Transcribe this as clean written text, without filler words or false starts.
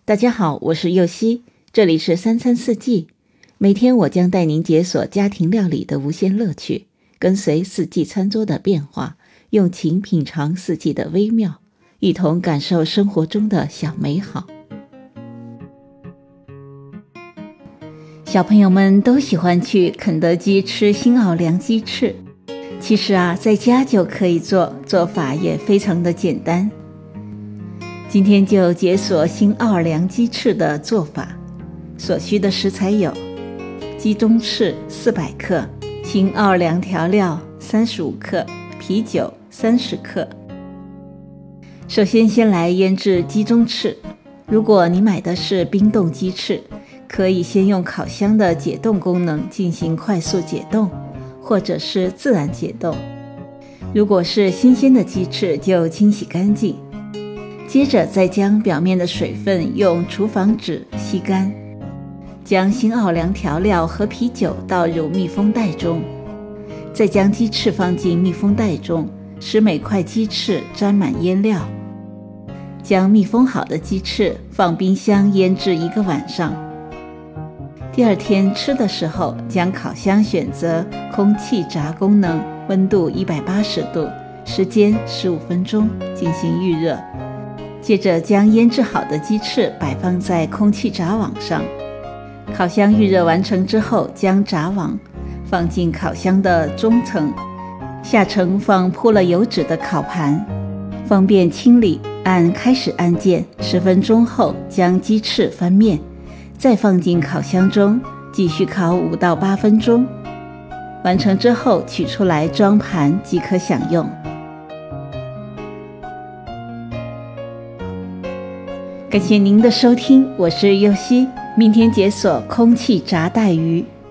大家好，我是柚希，这里是三餐四季。每天我将带您解锁家庭料理的无限乐趣，跟随四季餐桌的变化，用情品尝四季的微妙，一同感受生活中的小美好。小朋友们都喜欢去肯德基吃新奥良鸡翅，其实在家就可以做，做法也非常的简单。今天就解锁新奥尔良鸡翅的做法，所需的食材有鸡中翅400克，新奥尔良调料35克，啤酒30克。首先来腌制鸡中翅，如果你买的是冰冻鸡翅，可以先用烤箱的解冻功能进行快速解冻，或者是自然解冻。如果是新鲜的鸡翅，就清洗干净，接着再将表面的水分用厨房纸吸干，将新奥良调料和啤酒倒入密封袋中，再将鸡翅放进密封袋中，使每块鸡翅沾满腌料。将密封好的鸡翅放冰箱腌制1个晚上。第二天吃的时候，将烤箱选择空气炸功能，温度180度，时间15分钟进行预热。接着将腌制好的鸡翅摆放在空气炸网上，烤箱预热完成之后，将炸网放进烤箱的中层，下层放铺了油纸的烤盘，方便清理。按开始按键，10分钟后将鸡翅翻面，再放进烤箱中继续烤5到8分钟。完成之后取出来装盘即可享用。感谢您的收听，我是柚希，明天解锁空气炸带鱼。